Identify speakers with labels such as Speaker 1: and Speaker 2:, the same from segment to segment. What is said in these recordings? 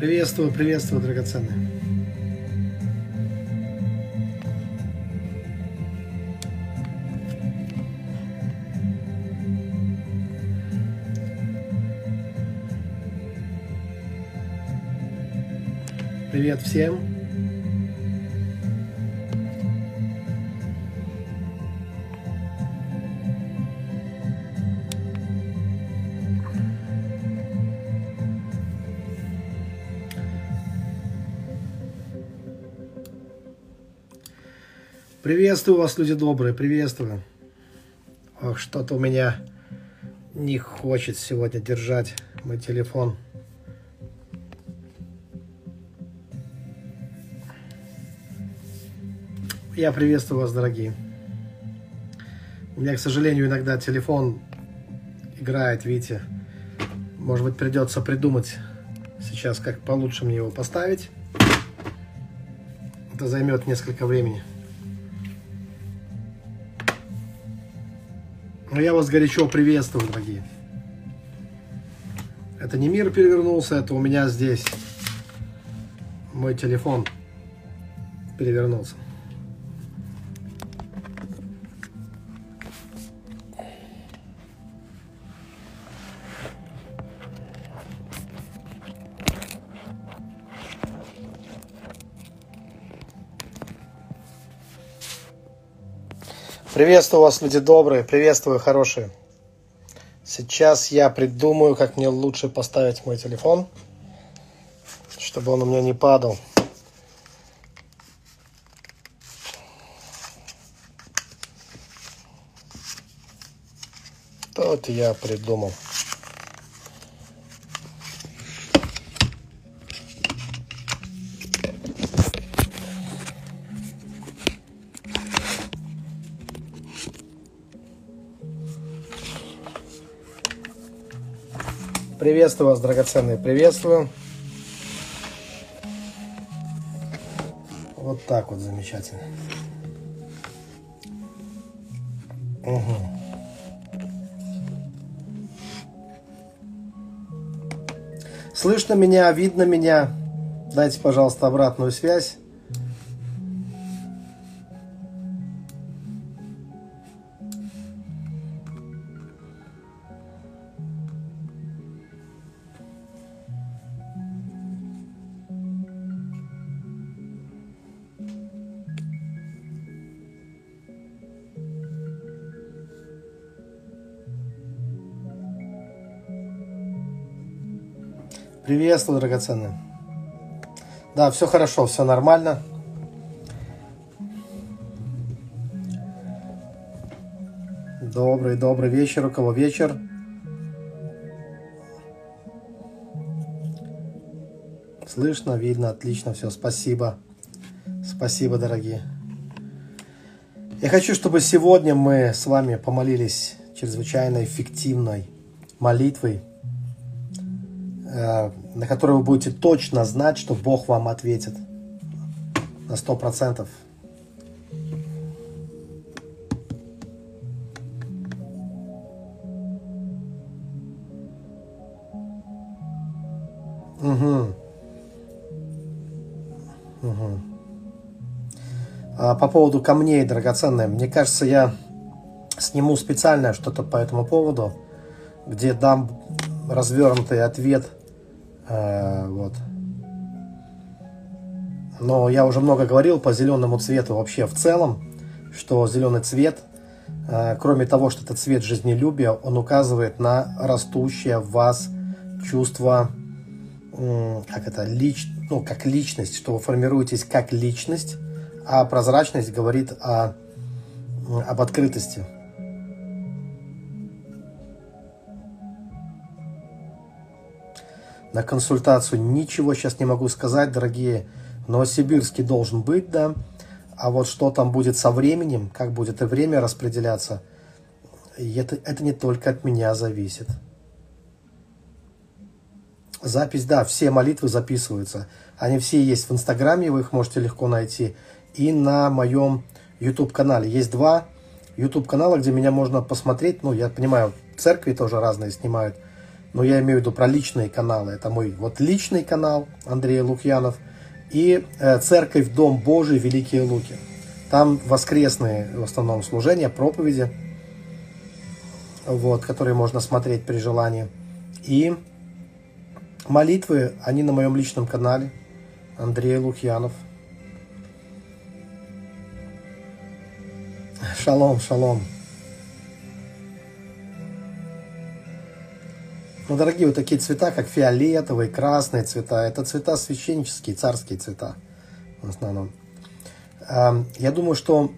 Speaker 1: Приветствую, приветствую, драгоценные. Привет всем. Приветствую вас, люди добрые, приветствую. Ох, что-то у меня не хочет сегодня держать мой телефон. Я приветствую вас, дорогие. У меня, к сожалению, иногда телефон играет, видите. Может быть, придется придумать сейчас, как получше мне его поставить. Это займет несколько времени. Но я вас горячо приветствую, дорогие. Это не мир перевернулся, это у меня здесь мой телефон перевернулся. Приветствую вас, люди добрые, приветствую, хорошие. Сейчас я придумаю, как мне лучше поставить мой телефон, чтобы он у меня не падал. Что-то я придумал. Приветствую вас, драгоценные, приветствую. Вот так вот замечательно. Угу. Слышно меня, видно меня? Дайте, пожалуйста, обратную связь. Приветствую, драгоценные. Да, все хорошо, все нормально. Добрый вечер. У кого вечер? Слышно, видно, отлично, все, спасибо. Спасибо, дорогие. Я хочу, чтобы сегодня мы с вами помолились чрезвычайно эффективной молитвой, на которой вы будете точно знать, что Бог вам ответит на 100%. Угу. Угу. По поводу камней, драгоценные, мне кажется, я сниму специально что-то по этому поводу, где дам развернутый ответ. Вот. Но я уже много говорил по зеленому цвету вообще в целом, что зеленый цвет, кроме того, что это цвет жизнелюбия, он указывает на растущее в вас чувство, как личность, что вы формируетесь как личность, а прозрачность говорит об открытости. На консультацию ничего сейчас не могу сказать, дорогие. Новосибирский должен быть, да. А вот что там будет со временем, как будет и время распределяться, это не только от меня зависит. Запись, да, все молитвы записываются. Они все есть в Инстаграме, вы их можете легко найти. И на моем YouTube-канале. Есть 2 YouTube-канала, где меня можно посмотреть. Ну, я понимаю, церкви тоже разные снимают. но я имею в виду про личные каналы. Это мой вот личный канал Андрей Лукьянов и Церковь Дом Божий Великие Луки. Там воскресные в основном служения, проповеди, вот, которые можно смотреть при желании. И молитвы, они на моем личном канале Андрей Лукьянов. Шалом, шалом. Ну, дорогие, вот такие цвета, как фиолетовые, красные цвета, это цвета священнические, царские цвета в основном. Я думаю, что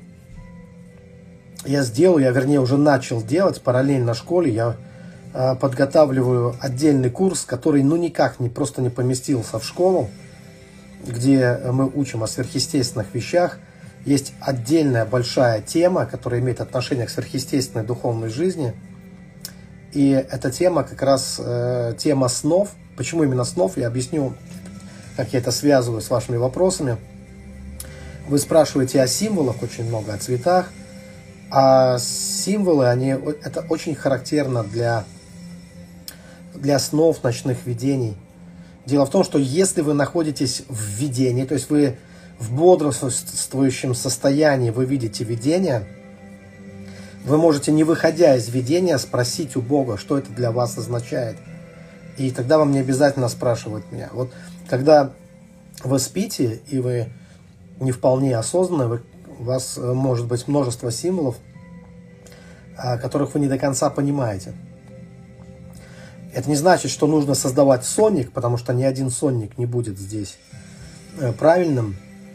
Speaker 1: я вернее, уже начал делать параллельно школе. Я подготавливаю отдельный курс, который никак просто не поместился в школу, где мы учим о сверхъестественных вещах. Есть отдельная большая тема, которая имеет отношение к сверхъестественной духовной жизни. И эта тема как раз тема снов. Почему именно снов? Я объясню, как я это связываю с вашими вопросами. Вы спрашиваете о символах очень много, о цветах. А символы, это очень характерно для снов, ночных видений. Дело в том, что если вы находитесь в видении, то есть вы в бодрствующем состоянии, вы видите видение, вы можете, не выходя из видения, спросить у Бога, что это для вас означает. И тогда вам не обязательно спрашивать меня. Вот когда вы спите, и вы не вполне осознанны, у вас может быть множество символов, которых вы не до конца понимаете. Это не значит, что нужно создавать сонник, потому что ни один сонник не будет здесь правильным.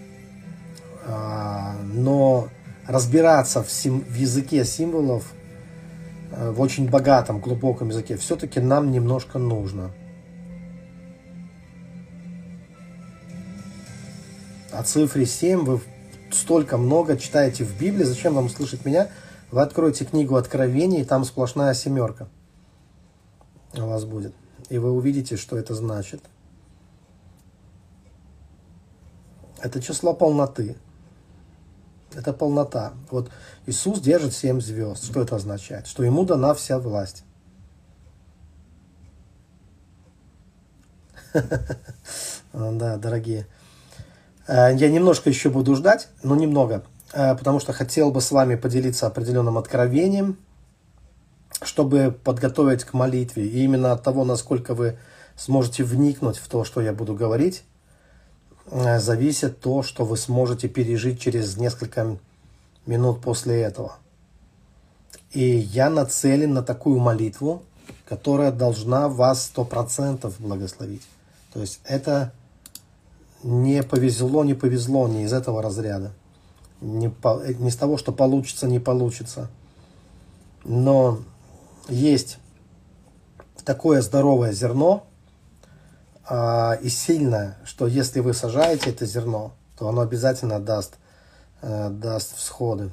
Speaker 1: Но разбираться в языке символов, в очень богатом, глубоком языке, все-таки нам немножко нужно. О цифре 7 вы столько много читаете в Библии. Зачем вам слышать меня? Вы откроете книгу Откровений, и там сплошная семерка у вас будет. И вы увидите, что это значит. Это число полноты. Это полнота. Вот Иисус держит 7 звезд. Что это означает? Что ему дана вся власть. Да, дорогие. Я немножко еще буду ждать, но немного, потому что хотел бы с вами поделиться определенным откровением, чтобы подготовить к молитве. И именно от того, насколько вы сможете вникнуть в то, что я буду говорить, зависит то, что вы сможете пережить через несколько минут после этого. И я нацелен на такую молитву, которая должна вас 100% благословить. То есть это не повезло, не повезло, не из этого разряда. Не с того, что получится, не получится. Но есть такое здоровое зерно, и сильное, что если вы сажаете это зерно, то оно обязательно даст всходы.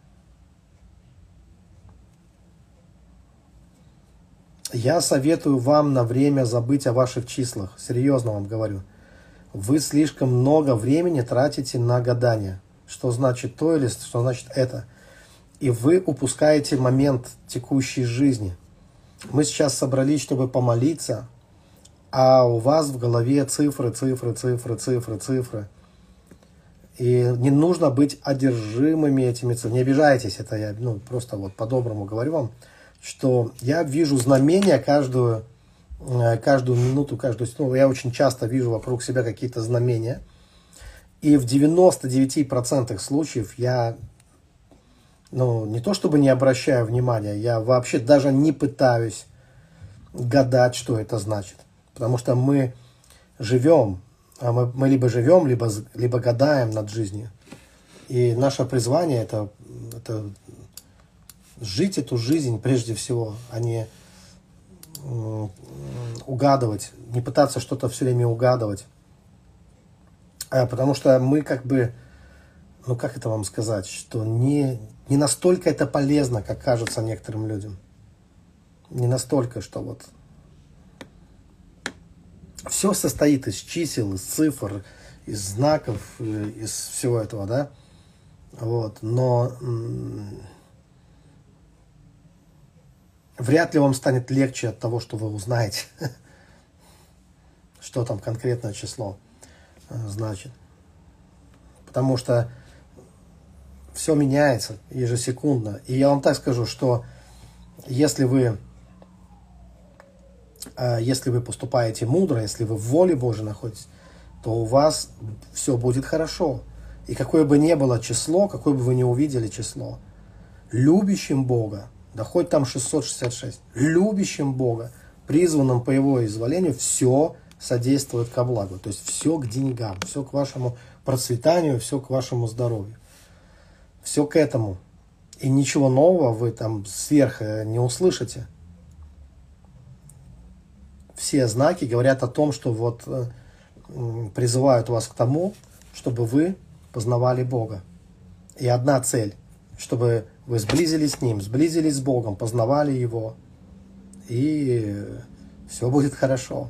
Speaker 1: Я советую вам на время забыть о ваших числах. Серьезно вам говорю. Вы слишком много времени тратите на гадание. Что значит то или что значит это. И вы упускаете момент текущей жизни. Мы сейчас собрались, чтобы помолиться, а у вас в голове цифры. И не нужно быть одержимыми этими цифрами. Не обижайтесь, это я просто вот по-доброму говорю вам, что я вижу знамения каждую минуту, каждую секунду. Я очень часто вижу вокруг себя какие-то знамения. И в 99% случаев я, не то чтобы не обращаю внимания, я вообще даже не пытаюсь гадать, что это значит. Потому что мы живем, мы либо живем, либо гадаем над жизнью. И наше призвание это жить эту жизнь прежде всего, а не угадывать, не пытаться что-то все время угадывать. Потому что мы как это вам сказать, что не настолько это полезно, как кажется некоторым людям. Не настолько, что вот все состоит из чисел, из цифр, из знаков, из всего этого, да? Вот. Но вряд ли вам станет легче от того, что вы узнаете, что там конкретное число значит. Потому что все меняется ежесекундно. И я вам так скажу, что если вы поступаете мудро, если вы в воле Божьей находитесь, то у вас все будет хорошо. И какое бы ни было число, какое бы вы ни увидели число, любящим Бога, да хоть там 666, любящим Бога, призванным по Его изволению, все содействует ко благу. То есть все к деньгам, все к вашему процветанию, все к вашему здоровью. Все к этому. И ничего нового вы там сверх не услышите. Все знаки говорят о том, что вот призывают вас к тому, чтобы вы познавали Бога. И одна цель, чтобы вы сблизились с Ним, сблизились с Богом, познавали Его, и все будет хорошо.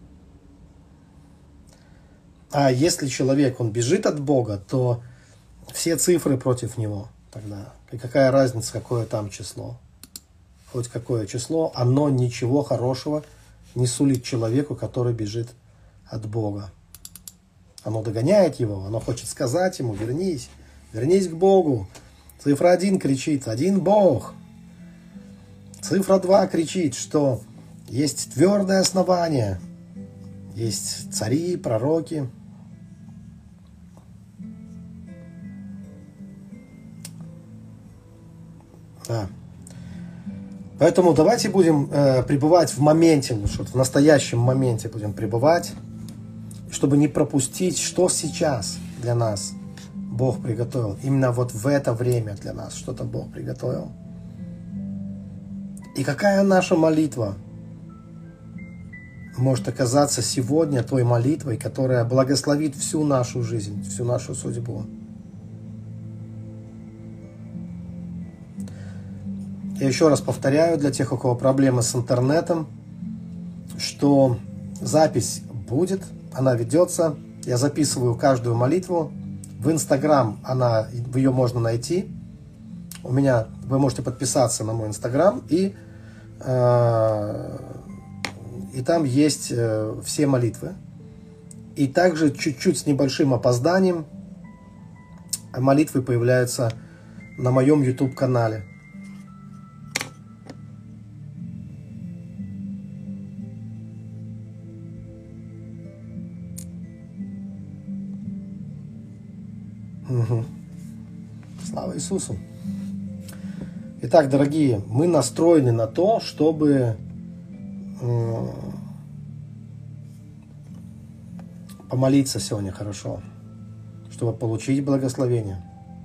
Speaker 1: А если человек, он бежит от Бога, то все цифры против него тогда. И какая разница, какое там число? Хоть какое число, оно ничего хорошего не сулит человеку, который бежит от Бога. Оно догоняет его, оно хочет сказать ему: вернись, вернись к Богу. Цифра 1 кричит: один Бог. Цифра 2 кричит, что есть твердое основание, есть цари, пророки. Да. Поэтому давайте будем пребывать в моменте, лучше, в настоящем моменте будем пребывать, чтобы не пропустить, что сейчас для нас Бог приготовил. Именно вот в это время для нас что-то Бог приготовил. И какая наша молитва может оказаться сегодня той молитвой, которая благословит всю нашу жизнь, всю нашу судьбу. Я еще раз повторяю для тех, у кого проблемы с интернетом, что запись будет, она ведется. Я записываю каждую молитву. В Инстаграм ее можно найти. У меня вы можете подписаться на мой Инстаграм, и там есть все молитвы. И также чуть-чуть с небольшим опозданием молитвы появляются на моем YouTube-канале. Угу. Слава Иисусу! Итак, дорогие, мы настроены на то, чтобы помолиться сегодня хорошо, чтобы получить благословение.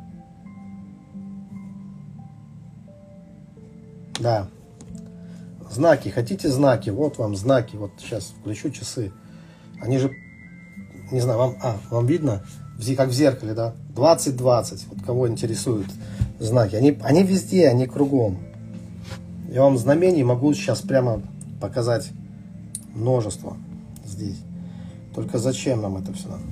Speaker 1: Да. Знаки. Хотите знаки? Вот вам знаки. Вот сейчас включу часы. Они же, не знаю, вам видно? Как в зеркале, да? 20-20. Вот кого интересуют знаки. Они везде, они кругом. Я вам знамений могу сейчас прямо показать множество здесь. Только зачем нам это все надо?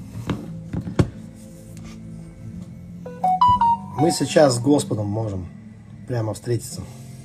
Speaker 1: Мы сейчас с Господом можем прямо встретиться.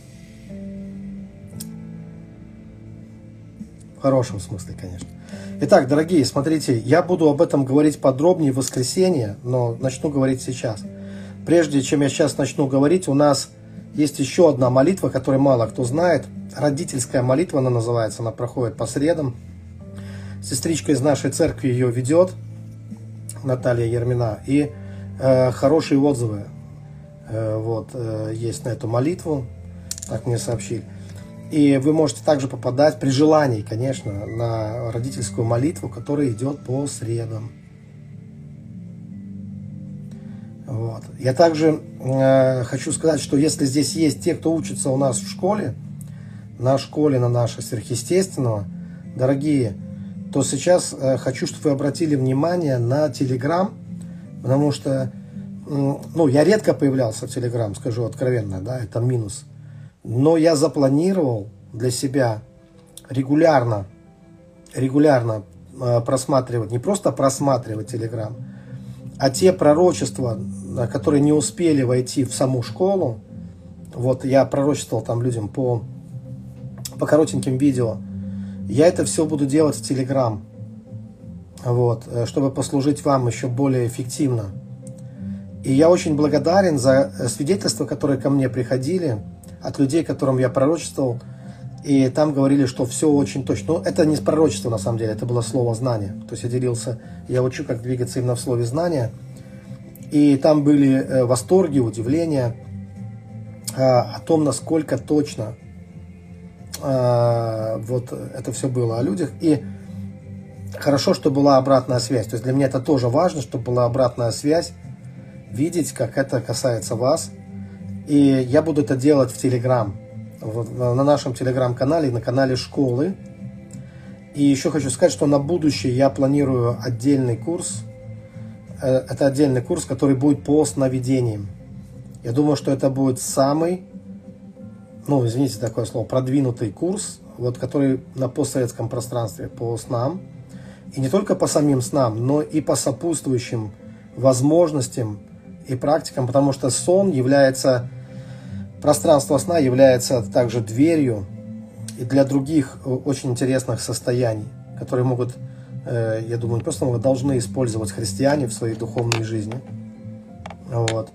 Speaker 1: В хорошем смысле, конечно. Итак, дорогие, смотрите, я буду об этом говорить подробнее в воскресенье, но начну говорить сейчас. Прежде чем я сейчас начну говорить, у нас есть еще одна молитва, которую мало кто знает. Родительская молитва она называется, она проходит по средам. Сестричка из нашей церкви ее ведет, Наталья Ермина, и хорошие отзывы есть на эту молитву, так мне сообщили. И вы можете также попадать при желании, конечно, на родительскую молитву, которая идет по средам. Вот. Я также хочу сказать, что если здесь есть те, кто учится у нас в школе, на нашей сверхъестественного, дорогие, то сейчас хочу, чтобы вы обратили внимание на Telegram, потому что, я редко появлялся в Telegram, скажу откровенно, да, это минус. Но я запланировал для себя регулярно просматривать, не просто просматривать Telegram, а те пророчества, которые не успели войти в саму школу. Вот я пророчествовал там людям по по коротеньким видео. Я это все буду делать в Telegram, вот, чтобы послужить вам еще более эффективно. И я очень благодарен за свидетельства, которые ко мне приходили от людей, которым я пророчествовал. И там говорили, что все очень точно. Но это не пророчество на самом деле, это было слово знания. То есть я делился, я учу, как двигаться именно в слове знания. И там были восторги, удивления о том, насколько точно вот это все было о людях. И хорошо, что была обратная связь. То есть для меня это тоже важно, чтобы была обратная связь, видеть, как это касается вас. И я буду это делать в Telegram, на нашем Telegram-канале, на канале школы. И еще хочу сказать, что на будущее я планирую отдельный курс. Это отдельный курс, который будет по сновидениям. Я думаю, что это будет самый, ну, извините такое слово, продвинутый курс, вот, который на постсоветском пространстве по снам. И не только по самим снам, но и по сопутствующим возможностям и практикам, потому что сон является, пространство сна является также дверью и для других очень интересных состояний, которые могут, я думаю, просто должны использовать христиане в своей духовной жизни. Вот.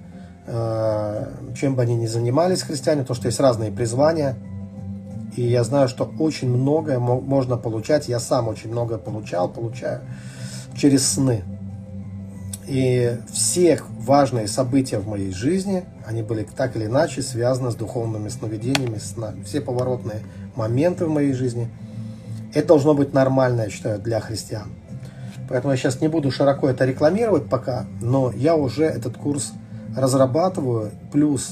Speaker 1: Чем бы они ни занимались, христиане, потому что есть разные призвания. И я знаю, что очень многое можно получать. Я сам очень многое получаю через сны. И все важные события в моей жизни, они были так или иначе связаны с духовными сновидениями, снами. Все поворотные моменты в моей жизни. Это должно быть нормально, я считаю, для христиан. Поэтому я сейчас не буду широко это рекламировать пока, но я уже этот курс разрабатываю. Плюс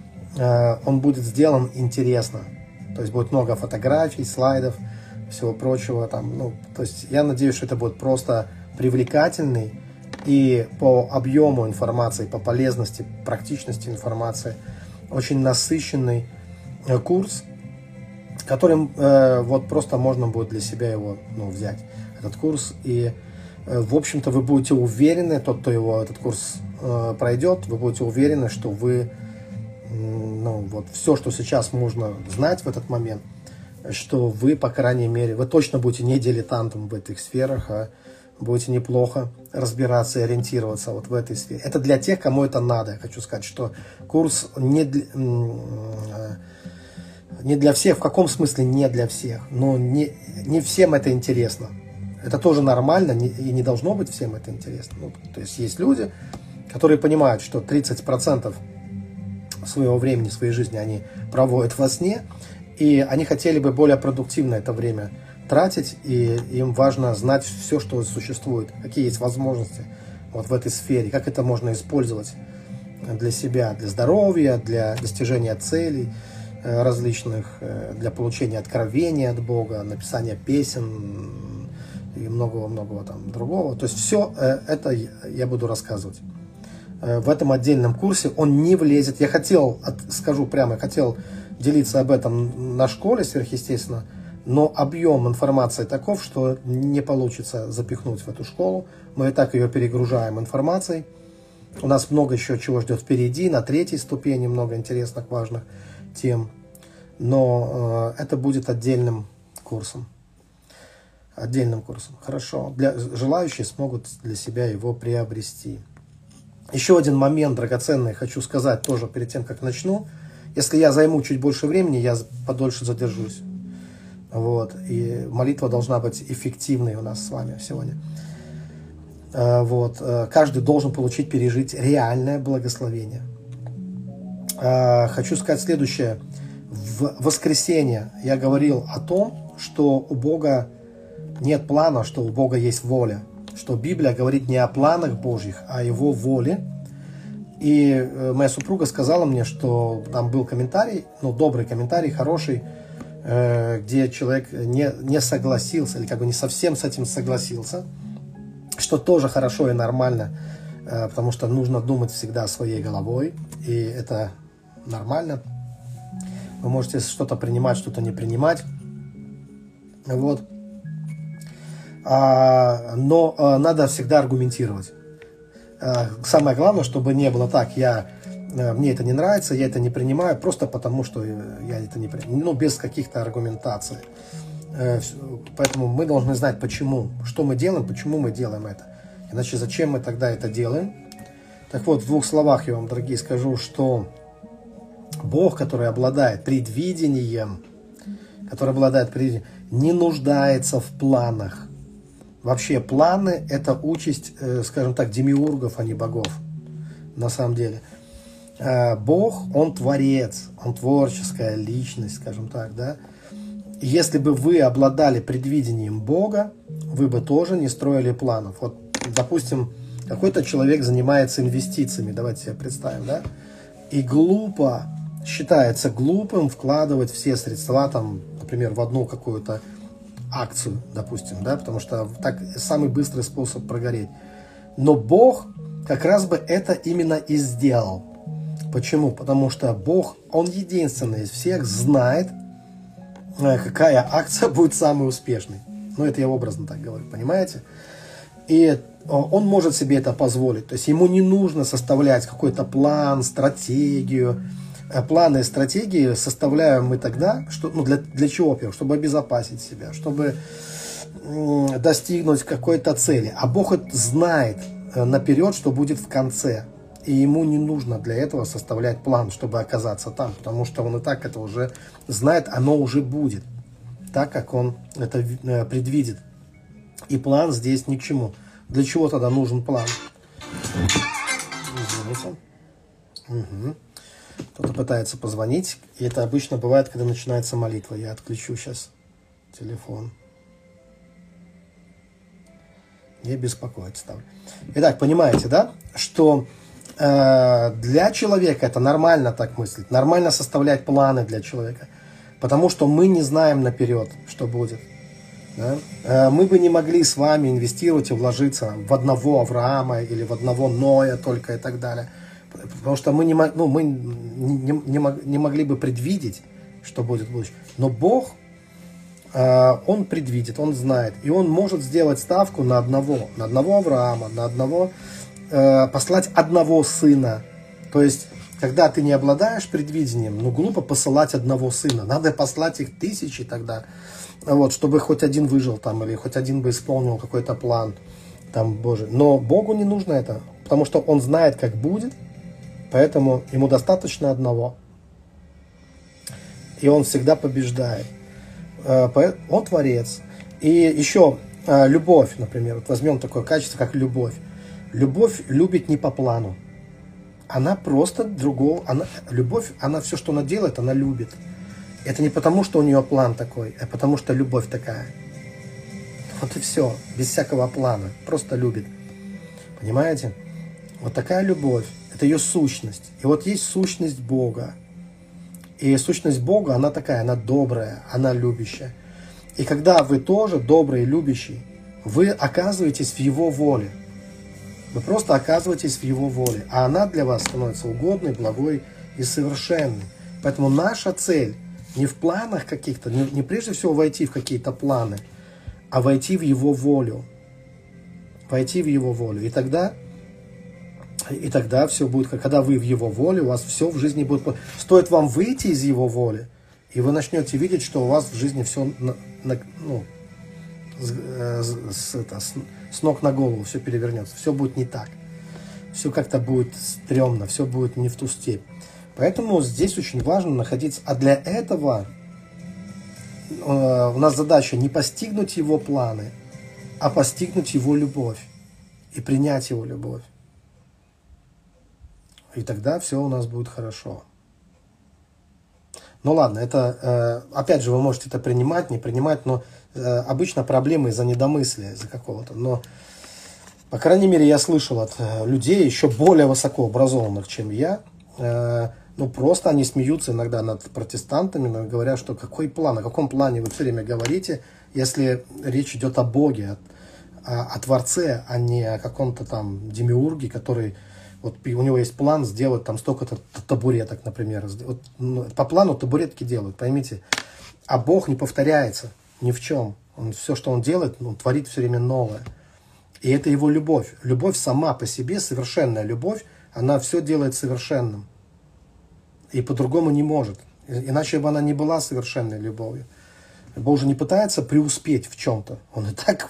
Speaker 1: он будет сделан интересно. То есть будет много фотографий, слайдов, всего прочего. Там, ну, то есть я надеюсь, что это будет просто привлекательный и по объему информации, по полезности, практичности информации очень насыщенный курс, которым вот просто можно будет для себя его, ну, взять, этот курс. И в общем-то вы будете уверены, тот, кто его, этот курс пройдет, вы будете уверены, что вы, ну, вот все, что сейчас можно знать в этот момент, что вы, по крайней мере, вы точно будете не дилетантом в этих сферах, а будете неплохо разбираться и ориентироваться вот в этой сфере. Это для тех, кому это надо. Я хочу сказать, что курс не для всех. В каком смысле не для всех? Но не всем это интересно. Это тоже нормально, и не должно быть всем это интересно. Ну, то есть есть люди, которые понимают, что 30% своего времени, своей жизни они проводят во сне, и они хотели бы более продуктивно это время тратить, и им важно знать все, что существует, какие есть возможности вот в этой сфере, как это можно использовать для себя, для здоровья, для достижения целей различных, для получения откровения от Бога, написания песен и многого-многого там другого. То есть все это я буду рассказывать в этом отдельном курсе. Он не влезет. Я хотел, скажу прямо, хотел делиться об этом на школе сверхъестественно, но объем информации таков, что не получится запихнуть в эту школу. Мы и так ее перегружаем информацией. У нас много еще чего ждет впереди, на 3-й ступени много интересных, важных тем. Но это будет отдельным курсом. Отдельным курсом. Хорошо. Желающие смогут для себя его приобрести. Еще один момент драгоценный хочу сказать тоже перед тем, как начну. Если я займу чуть больше времени, я подольше задержусь. Вот. И молитва должна быть эффективной у нас с вами сегодня. Вот. Каждый должен пережить реальное благословение. Хочу сказать следующее. В воскресенье я говорил о том, что у Бога нет плана, что у Бога есть воля. Что Библия говорит не о планах Божьих, а о Его воле. И моя супруга сказала мне, что там был комментарий, ну, добрый комментарий, хороший, где человек не согласился, или как бы не совсем с этим согласился, что тоже хорошо и нормально, потому что нужно думать всегда своей головой, и это нормально. Вы можете что-то принимать, что-то не принимать. Вот. Но надо всегда аргументировать. Самое главное, чтобы не было так: я мне это не нравится, я это не принимаю, просто потому что я это не принимаю, ну, без каких-то аргументаций. Поэтому мы должны знать, почему, что мы делаем, почему мы делаем это. Иначе зачем мы тогда это делаем? Так вот, в двух словах я вам, дорогие, скажу, что Бог, который обладает предвидением, не нуждается в планах. Вообще планы – это участь, скажем так, демиургов, а не богов. На самом деле. Бог, Он творец, Он творческая личность, скажем так, да. Если бы вы обладали предвидением Бога, вы бы тоже не строили планов. Вот, допустим, какой-то человек занимается инвестициями, давайте себе представим, да, и считается глупым вкладывать все средства, там, например, в одну какую-то акцию, допустим, да, потому что так самый быстрый способ прогореть. Но Бог как раз бы это именно и сделал. Почему? Потому что Бог, Он единственный из всех знает, какая акция будет самой успешной. Ну, это я образно так говорю, понимаете? И он может себе это позволить. То есть ему не нужно составлять какой-то план, стратегию. Планы и стратегии составляем мы тогда, что, ну, для чего, во-первых? Чтобы обезопасить себя, чтобы достигнуть какой-то цели. А Бог знает наперед, что будет в конце. И ему не нужно для этого составлять план, чтобы оказаться там, потому что он и так это уже знает, оно уже будет, так как он это предвидит. И план здесь ни к чему. Для чего тогда нужен план? Извините. Угу. Кто-то пытается позвонить, и это обычно бывает, когда начинается молитва. Я отключу сейчас телефон. Не беспокоиться там. Итак, понимаете, да, что для человека это нормально так мыслить, нормально составлять планы для человека, потому что мы не знаем наперед, что будет. Да? Мы бы не могли с вами инвестировать и вложиться в одного Авраама или в одного Ноя только и так далее, потому что мы не могли бы предвидеть, что будет в будущем. Но Бог, Он предвидит, Он знает, и Он может сделать ставку на одного Авраама, на одного, послать одного сына. То есть, когда ты не обладаешь предвидением, ну, глупо посылать одного сына. Надо послать их тысячи тогда, вот, чтобы хоть один выжил там, или хоть один бы исполнил какой-то план там, Божий. Но Богу не нужно это, потому что Он знает, как будет, поэтому Ему достаточно одного. И Он всегда побеждает. Он творец. И еще любовь, например. Вот возьмем такое качество, как любовь. Любовь любит не по плану. Она просто другого. Любовь, она все, что она делает, она любит. Это не потому, что у нее план такой, а потому, что любовь такая. Вот и все. Без всякого плана. Просто любит. Понимаете? Вот такая любовь. Это ее сущность. И вот есть сущность Бога. И сущность Бога, она такая, она добрая, она любящая. И когда вы тоже добрый и любящий, вы оказываетесь в Его воле. Вы просто оказываетесь в Его воле. А она для вас становится угодной, благой и совершенной. Поэтому наша цель не в планах каких-то, не прежде всего войти в какие-то планы, а войти в Его волю. Войти в Его волю. И тогда все будет, когда вы в Его воле, у вас все в жизни будет. Стоит вам выйти из Его воли, и вы начнете видеть, что у вас в жизни все с ног на голову все перевернется. Все будет не так. Все как-то будет стрёмно, все будет не в ту степь. Поэтому здесь очень важно находиться. А для этого у нас задача не постигнуть Его планы, а постигнуть Его любовь и принять Его любовь. И тогда все у нас будет хорошо. Ну ладно, это, опять же, вы можете это принимать, не принимать, но обычно проблемы из-за недомыслия, из-за какого-то. Но, по крайней мере, я слышал от людей, еще более высокообразованных, чем я, ну просто они смеются иногда над протестантами, говоря, что какой план, о каком плане вы все время говорите, если речь идет о Боге, о Творце, а не о каком-то там демиурге, который... Вот у него есть план сделать там столько-то табуреток, например. Вот, ну, по плану табуретки делают, поймите. А Бог не повторяется ни в чем. Все, что Он делает, творит все время новое. И это Его любовь. Любовь сама по себе, совершенная любовь, она все делает совершенным. И по-другому не может. Иначе бы она не была совершенной любовью. Бог же не пытается преуспеть в чем-то. Он и так,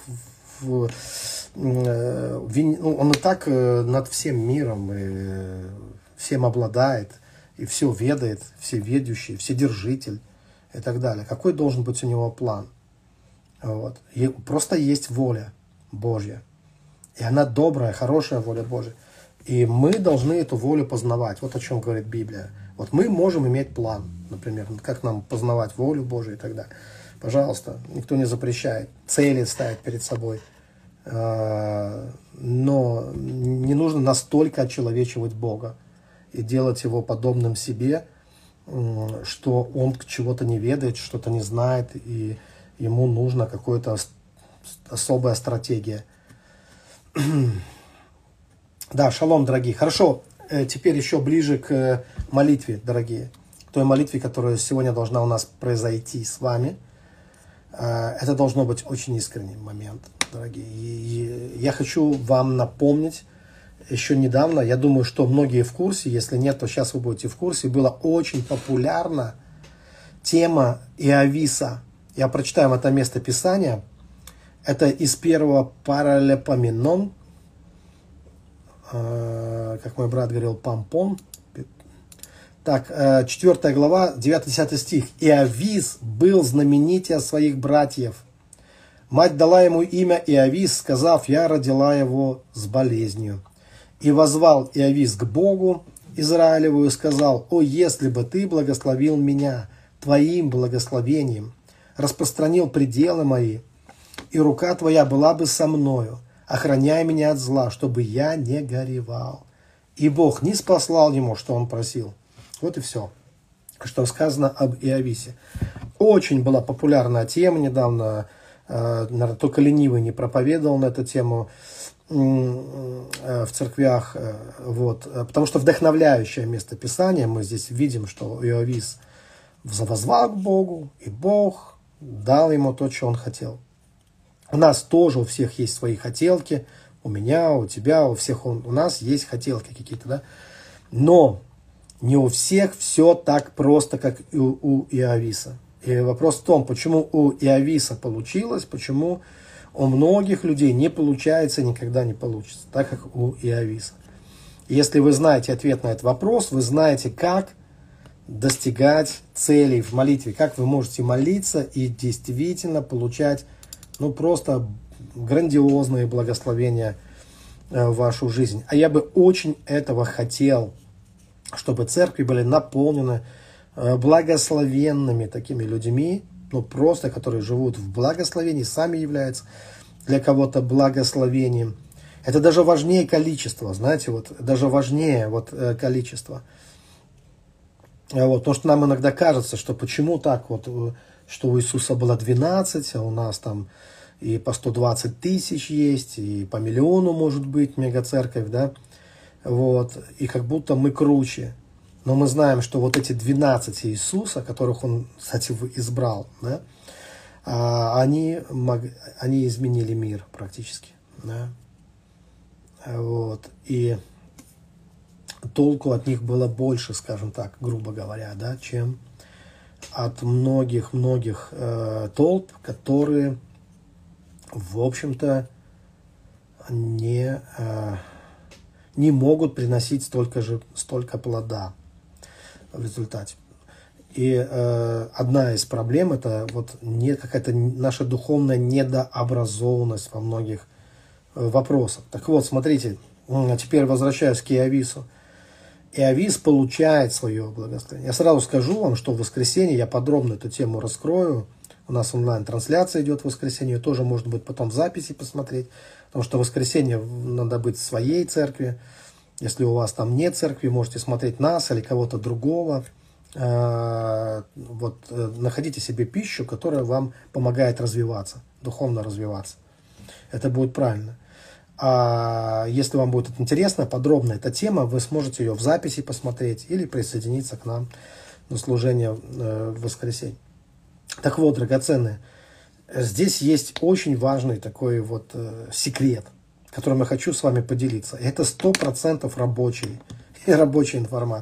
Speaker 1: он и так над всем миром и всем обладает, и все ведает, всеведущий, вседержитель и так далее. Какой должен быть у него план? Вот. И просто есть воля Божья. И она добрая, хорошая воля Божья. И мы должны эту волю познавать. Вот о чем говорит Библия. Вот мы можем иметь план, например, как нам познавать волю Божию и так далее. Пожалуйста, никто не запрещает. Цели ставить перед собой. Но не нужно настолько очеловечивать Бога и делать его подобным себе, что он чего-то не ведает, что-то не знает, и ему нужна какая-то особая стратегия. Да, шалом, дорогие. Хорошо, теперь еще ближе к молитве, дорогие. К той молитве, которая сегодня должна у нас произойти с вами. Это должно быть очень искренний момент, дорогие. И я хочу вам напомнить, еще недавно, я думаю, что многие в курсе, если нет, то сейчас вы будете в курсе, была очень популярна тема Иовиса. Я прочитаю вам это место Писания. Это из первого Паралипоменон, как мой брат говорил, Помпон. Так, 4 глава, 9-10 стих. «Иовис был знаменитее своих братьев. Мать дала ему имя Иовис, сказав, я родила его с болезнью. И воззвал Иовис к Богу Израилеву и сказал, о, если бы ты благословил меня твоим благословением, распространил пределы мои, и рука твоя была бы со мною, охраняй меня от зла, чтобы я не горевал. И Бог не спаслал ему, что он просил». Вот и все, что сказано об Иовисе. Очень была популярная тема недавно, наверное, только ленивый не проповедовал на эту тему в церквях. Вот. Потому что вдохновляющее место Писания, мы здесь видим, что Иовис воззвал к Богу, и Бог дал ему то, что он хотел. У нас тоже у всех есть свои хотелки, у меня, у тебя, у всех у нас есть хотелки какие-то, да? Но не у всех все так просто, как и у Иовиса. И вопрос в том, почему у Иовиса получилось, почему у многих людей не получается, никогда не получится, так как у Иовиса. Если вы знаете ответ на этот вопрос, вы знаете, как достигать целей в молитве, как вы можете молиться и действительно получать просто грандиозные благословения в вашу жизнь. А я бы очень этого хотел, чтобы церкви были наполнены благословенными такими людьми, просто которые живут в благословении, сами являются для кого-то благословением. Это даже важнее количества, знаете, даже важнее количества. Потому что нам иногда кажется, что почему так, что у Иисуса было 12, а у нас там и по 120 тысяч есть, и по миллиону может быть мегацерковь, да, и как будто мы круче. Но мы знаем, что эти 12 Иисуса, которых Он, кстати, избрал, да, они изменили мир практически. Да. И толку от них было больше, скажем так, грубо говоря, да, чем от многих-многих толп, которые, в общем-то, не могут приносить столько плода в результате. И одна из проблем — это какая-то наша духовная недообразованность во многих вопросах. Так вот, смотрите, теперь возвращаюсь к Иовису. Иовис получает свое благословение. Я сразу скажу вам, что в воскресенье я подробно эту тему раскрою. У нас онлайн-трансляция идет в воскресенье, тоже можно будет потом в записи посмотреть, потому что в воскресенье надо быть в своей церкви. Если у вас там нет церкви, можете смотреть нас или кого-то другого. Находите себе пищу, которая вам помогает развиваться, духовно развиваться. Это будет правильно. А если вам будет интересно, подробно эта тема, вы сможете ее в записи посмотреть или присоединиться к нам на служение в воскресенье. Так вот, драгоценные, здесь есть очень важный такой секрет, которым я хочу с вами поделиться. Это 100% рабочая информация.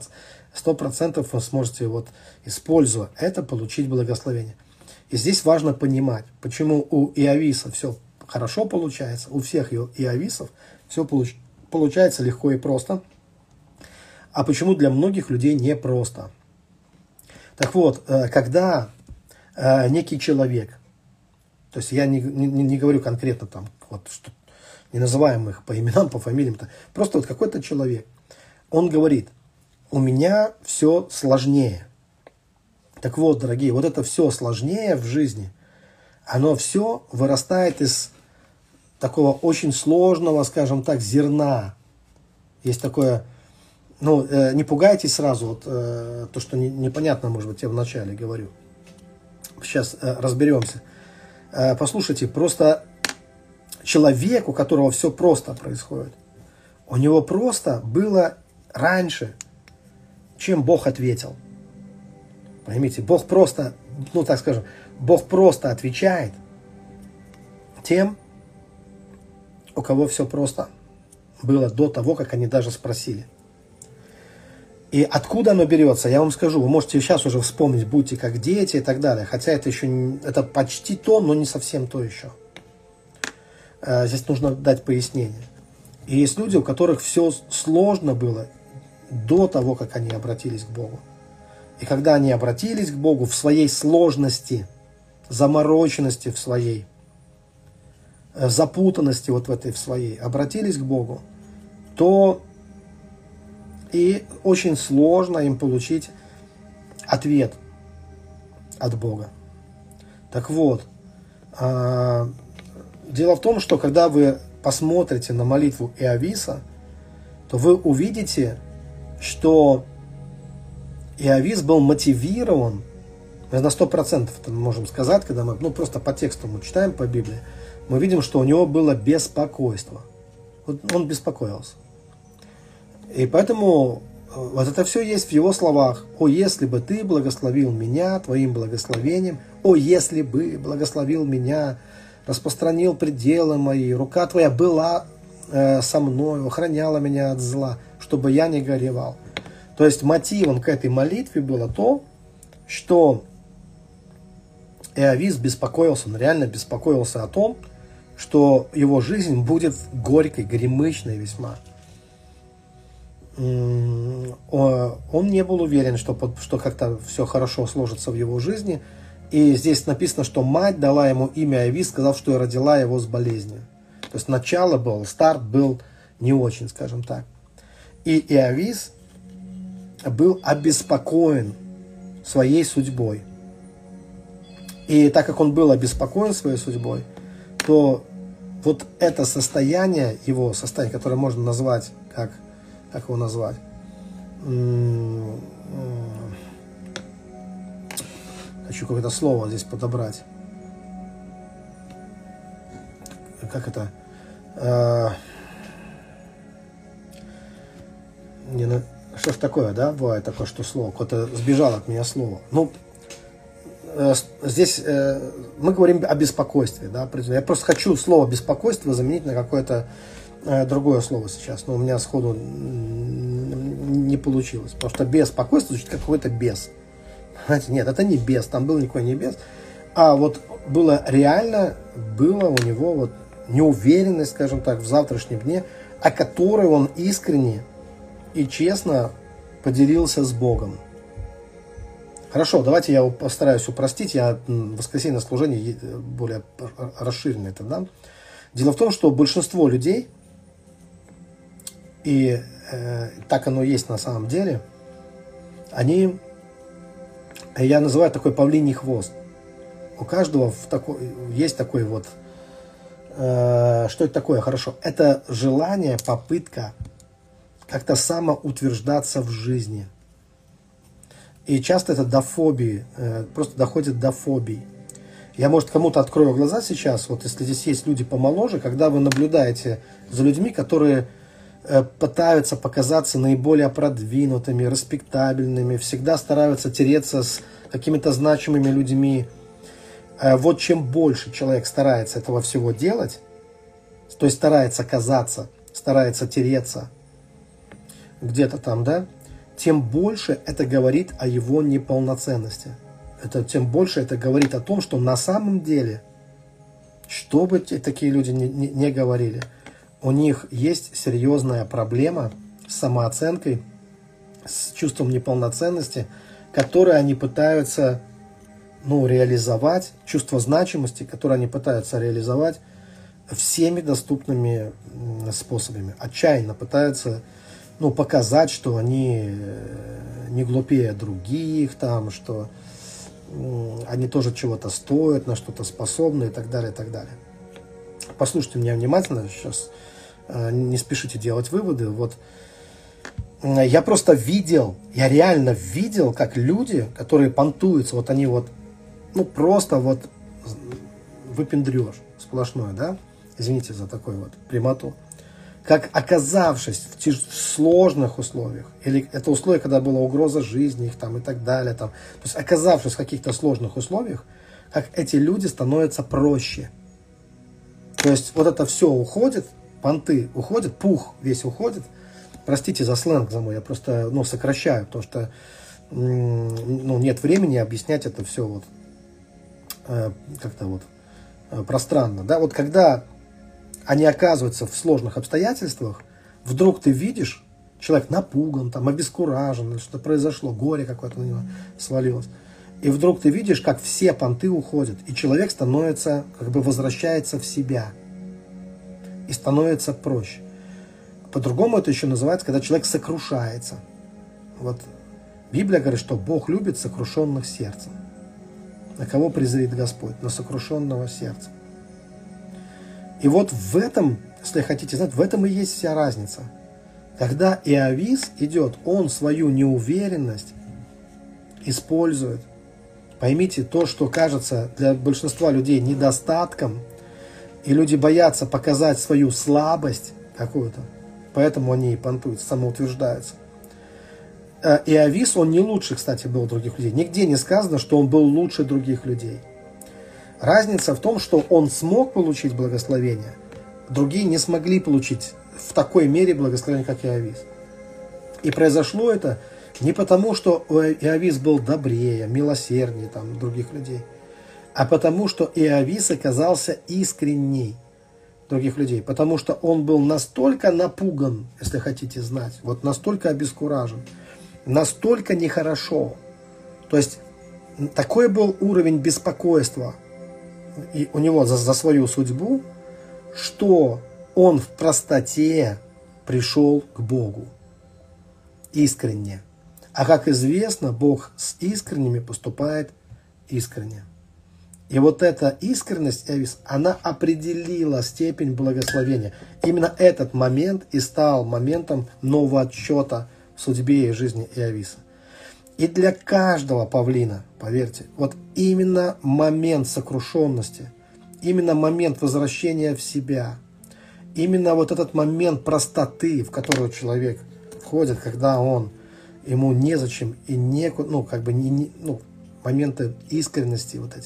Speaker 1: 100% вы сможете, вот, используя это, получить благословение. И здесь важно понимать, почему у Иовиса все хорошо получается, у всех иовисов все получается легко и просто, а почему для многих людей непросто. Так вот, когда некий человек, то есть я не говорю конкретно там, вот, что, не называем их по именам, по фамилиям, просто вот какой-то человек, он говорит, у меня все сложнее. Так вот, дорогие, вот это все сложнее в жизни, оно все вырастает из такого очень сложного, скажем так, зерна. Есть такое, ну, не пугайтесь сразу, вот, то, что непонятно, может быть, я вначале говорю. Сейчас разберемся. Послушайте, просто человек, у которого все просто происходит, у него просто было раньше, чем Бог ответил. Поймите, Бог просто, ну так скажем, Бог просто отвечает тем, у кого все просто было до того, как они даже спросили. И откуда оно берется, я вам скажу, вы можете сейчас уже вспомнить, будьте как дети и так далее, хотя это еще это почти то, но не совсем то еще. Здесь нужно дать пояснение. И есть люди, у которых все сложно было до того, как они обратились к Богу. И когда они обратились к Богу в своей сложности, замороченности в своей, запутанности вот в этой в своей, обратились к Богу, то и очень сложно им получить ответ от Бога. Так вот, дело в том, что когда вы посмотрите на молитву Иовиса, то вы увидите, что Иовис был мотивирован, мы на 100% это можем сказать, когда мы просто по тексту мы читаем по Библии, мы видим, что у него было беспокойство. Вот он беспокоился. И поэтому вот это все есть в его словах. «О, если бы ты благословил меня твоим благословением, о, если бы благословил меня, распространил пределы мои, рука твоя была со мной, охраняла меня от зла, чтобы я не горевал». То есть мотивом к этой молитве было то, что Иовис беспокоился, он реально беспокоился о том, что его жизнь будет горькой, горемычной весьма. Он не был уверен, что как-то все хорошо сложится в его жизни. И здесь написано, что мать дала ему имя Иовис, сказав, что и родила его с болезнью. То есть начало был, старт был не очень, скажем так. И Иовис был обеспокоен своей судьбой. И так как он был обеспокоен своей судьбой, то вот это состояние, его состояние, которое можно назвать, как его назвать? Хочу какое-то слово здесь подобрать. Как это? Что ж такое, да? Бывает такое, что слово. Какое-то сбежало от меня слово. Ну, здесь мы говорим о беспокойстве, да? Я просто хочу слово беспокойство заменить на какое-то другое слово сейчас, но у меня сходу не получилось, потому что беспокойство звучит как какой-то бес. Знаете, нет, это не бес, там был никакой не бес, а вот было реально, было у него вот неуверенность, скажем так, в завтрашнем дне, о которой он искренне и честно поделился с Богом. Хорошо, давайте я постараюсь упростить, я в воскресенье на служении более расширенно это дам. Дело в том, что большинство людей, и так оно есть на самом деле, они, я называю такой павлиний хвост. У каждого есть такой вот, что это такое? Хорошо, это желание, попытка как-то самоутверждаться в жизни. И часто это до фобии, просто доходит до фобий. Я, может, кому-то открою глаза сейчас, вот если здесь есть люди помоложе, когда вы наблюдаете за людьми, которые пытаются показаться наиболее продвинутыми, респектабельными, всегда стараются тереться с какими-то значимыми людьми. Вот чем больше человек старается этого всего делать, то есть старается казаться, старается тереться где-то там, да, тем больше это говорит о его неполноценности. Тем больше это говорит о том, что на самом деле, что бы такие люди не говорили, у них есть серьезная проблема с самооценкой, с чувством неполноценности, которое они пытаются реализовать, чувство значимости, которое они пытаются реализовать всеми доступными способами. Отчаянно пытаются показать, что они не глупее других, что они тоже чего-то стоят, на что-то способны и так далее, и так далее. Послушайте меня внимательно, сейчас не спешите делать выводы. Вот я просто видел, я реально видел, как люди, которые понтуются, вот они просто выпендрёж сплошной, да? Извините за такой прямоту. Как оказавшись в сложных условиях, или это условия, когда была угроза жизни их и так далее, то есть оказавшись в каких-то сложных условиях, как эти люди становятся проще. То есть вот это все уходит, понты уходят, пух весь уходит. Простите за сленг, за мой, я просто сокращаю, потому что нет времени объяснять это все как-то пространно. Да? Вот когда они оказываются в сложных обстоятельствах, вдруг ты видишь, человек напуган, обескуражен, что-то произошло, горе какое-то на него свалилось. И вдруг ты видишь, как все понты уходят, и человек становится, возвращается в себя. И становится проще. По-другому это еще называется, когда человек сокрушается. Библия говорит, что Бог любит сокрушенных сердцем. На кого презрит Господь? На сокрушенного сердца. И в этом, если хотите знать, в этом и есть вся разница. Когда Иовис идет, он свою неуверенность использует. Поймите, то, что кажется для большинства людей недостатком, и люди боятся показать свою слабость какую-то, поэтому они и понтуются, самоутверждаются. Иовис, он не лучше, кстати, был других людей. Нигде не сказано, что он был лучше других людей. Разница в том, что он смог получить благословение, другие не смогли получить в такой мере благословение, как Иовис. И произошло это не потому, что Иовис был добрее, милосерднее других людей, а потому, что Иовис оказался искренней других людей, потому что он был настолько напуган, если хотите знать, настолько обескуражен, настолько нехорошо. То есть такой был уровень беспокойства и у него за свою судьбу, что он в простоте пришел к Богу искренне. А как известно, Бог с искренними поступает искренне. И эта искренность Иовис, она определила степень благословения. Именно этот момент и стал моментом нового отсчета в судьбе и жизни Иовиса. И для каждого павлина, поверьте, именно момент сокрушенности, именно момент возвращения в себя, именно этот момент простоты, в которую человек входит, когда ему незачем и некуда, моменты искренности эти,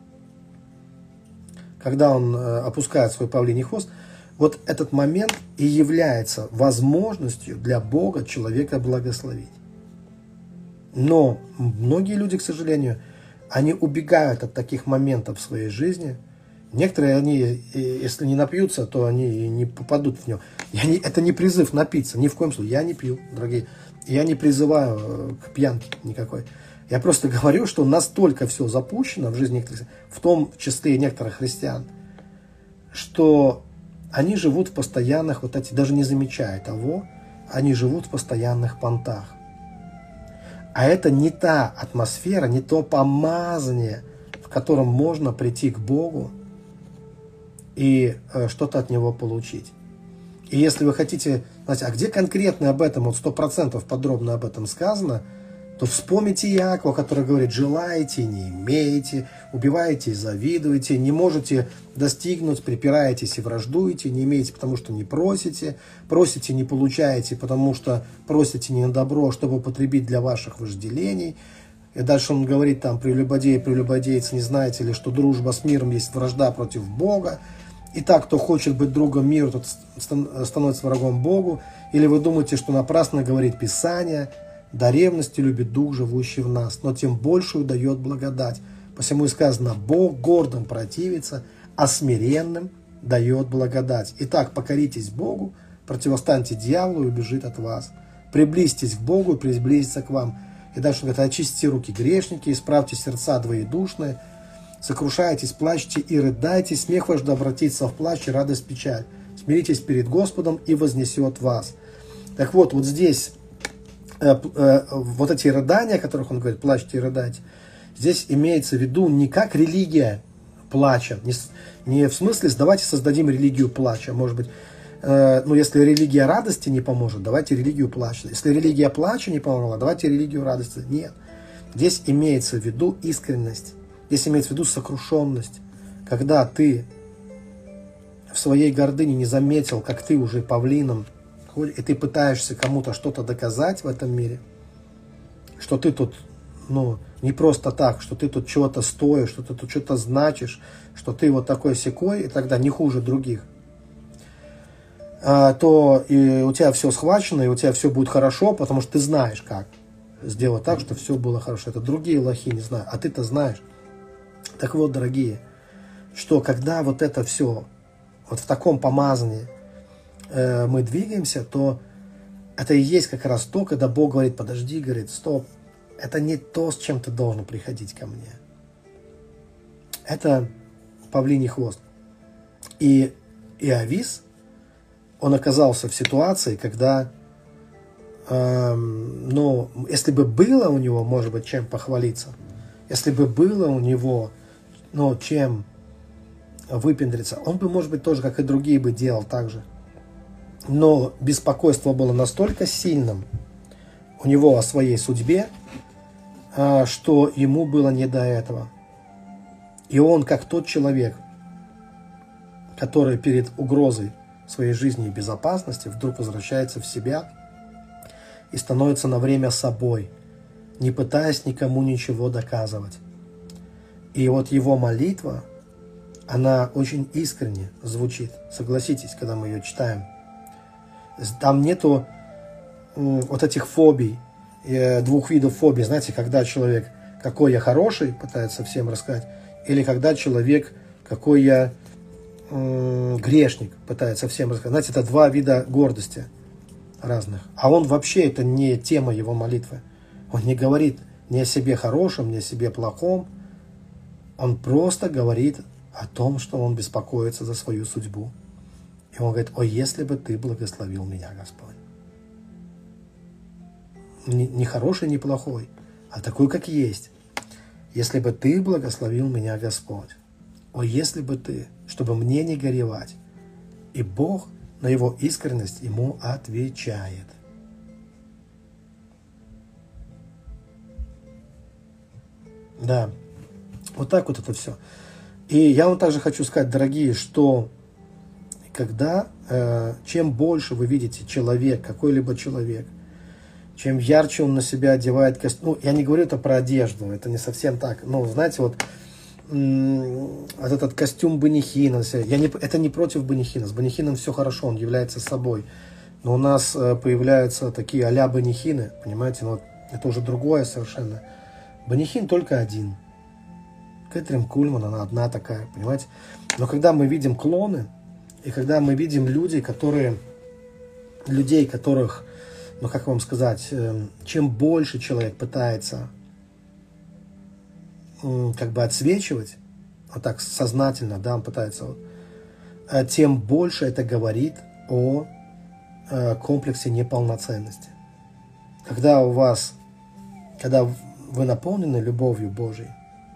Speaker 1: когда он опускает свой павлиний хвост, этот момент и является возможностью для Бога человека благословить. Но многие люди, к сожалению, они убегают от таких моментов в своей жизни. Некоторые, они, если не напьются, то они не попадут в него. Это не призыв напиться, ни в коем случае. Я не пью, дорогие. Я не призываю к пьянке никакой. Я просто говорю, что настолько все запущено в жизни некоторых, в том числе и некоторых христиан, что они живут в постоянных, даже не замечая того, они живут в постоянных понтах. А это не та атмосфера, не то помазание, в котором можно прийти к Богу и что-то от Него получить. И если вы хотите, знаете, а где конкретно об этом, 100% подробно об этом сказано, то вспомните Иакова, который говорит: желаете, не имеете, убиваете и завидуете, не можете достигнуть, припираетесь и враждуете, не имеете, потому что не просите, просите, не получаете, потому что просите не на добро, чтобы употребить для ваших вожделений. И дальше он говорит прелюбодейцы, не знаете ли, что дружба с миром есть вражда против Бога. Итак, кто хочет быть другом миру, тот становится врагом Богу. Или вы думаете, что напрасно говорит Писание: до ревности любит Дух, живущий в нас, но тем большую дает благодать. Посему и сказано: Бог гордым противится, а смиренным дает благодать. Итак, покоритесь Богу, противостаньте дьяволу и убежит от вас. Приблизьтесь к Богу и приблизится к вам. И дальше он говорит: очистите руки грешники, исправьте сердца двоедушные, сокрушайтесь, плачьте и рыдайте, смех ваш да обратится в плач и радость в печаль. Смиритесь перед Господом и вознесет вас. Так вот, вот здесь вот эти рыдания, о которых он говорит, плачьте и рыдайте, здесь имеется в виду не как религия плача, не в смысле давайте создадим религию плача, может быть, ну, если религия радости не поможет, давайте религию плача. Если религия плача не помогла, давайте религию радости. Нет. Здесь имеется в виду искренность. Здесь имеется в виду сокрушенность. Когда ты в своей гордыне не заметил, как ты уже павлином, и ты пытаешься кому-то что-то доказать в этом мире, что ты тут, ну, не просто так, что ты тут чего-то стоишь, что ты тут что-то значишь, что ты вот такой-сякой, и тогда не хуже других, то и у тебя все схвачено, и у тебя все будет хорошо, потому что ты знаешь, как сделать так, чтобы все было хорошо. Это другие лохи не знают, а ты-то знаешь. Так вот, дорогие, что когда вот это все, вот в таком помазании мы двигаемся, то это и есть как раз то, когда Бог говорит: подожди, говорит, стоп, это не то, с чем ты должен приходить ко мне. Это павлиний хвост. И Иовис, он оказался в ситуации, когда, ну, если бы было у него, может быть, чем похвалиться, если бы было у него, ну, чем выпендриться, он бы, может быть, тоже, как и другие, бы делал так же. Но беспокойство было настолько сильным у него о своей судьбе, что ему было не до этого. И он, как тот человек, который перед угрозой своей жизни и безопасности вдруг возвращается в себя и становится на время собой, не пытаясь никому ничего доказывать. И вот его молитва, она очень искренне звучит. Согласитесь, когда мы ее читаем. Там нету вот этих фобий, двух видов фобий. Знаете, когда человек, какой я хороший, пытается всем рассказать, или когда человек, какой я грешник, пытается всем рассказать. Знаете, это два вида гордости разных. А он вообще, это не тема его молитвы. Он не говорит ни о себе хорошем, ни о себе плохом. Он просто говорит о том, что он беспокоится за свою судьбу. И он говорит: о, если бы ты благословил меня, Господь. Не хороший, не плохой, а такой, как есть. Если бы ты благословил меня, Господь. О, если бы ты, чтобы мне не горевать. И Бог на его искренность ему отвечает. Да, вот так вот это все. И я вам также хочу сказать, дорогие, что когда, чем больше вы видите человек, какой-либо человек, чем ярче он на себя одевает костюм, ну, я не говорю это про одежду, это не совсем так, но, знаете, вот этот костюм Бенихина, это не против Бенихина, с Бенихином все хорошо, он является собой, но у нас появляются такие а-ля Бенихины, понимаете, ну, вот, это уже другое совершенно. Бенихин только один. Кэтрин Кульман, она одна такая, понимаете? Но когда мы видим клоны, и когда мы видим людей, которых, ну как вам сказать, чем больше человек пытается как бы отсвечивать, вот так сознательно, да, он пытается, тем больше это говорит о комплексе неполноценности. Когда вы наполнены любовью Божией,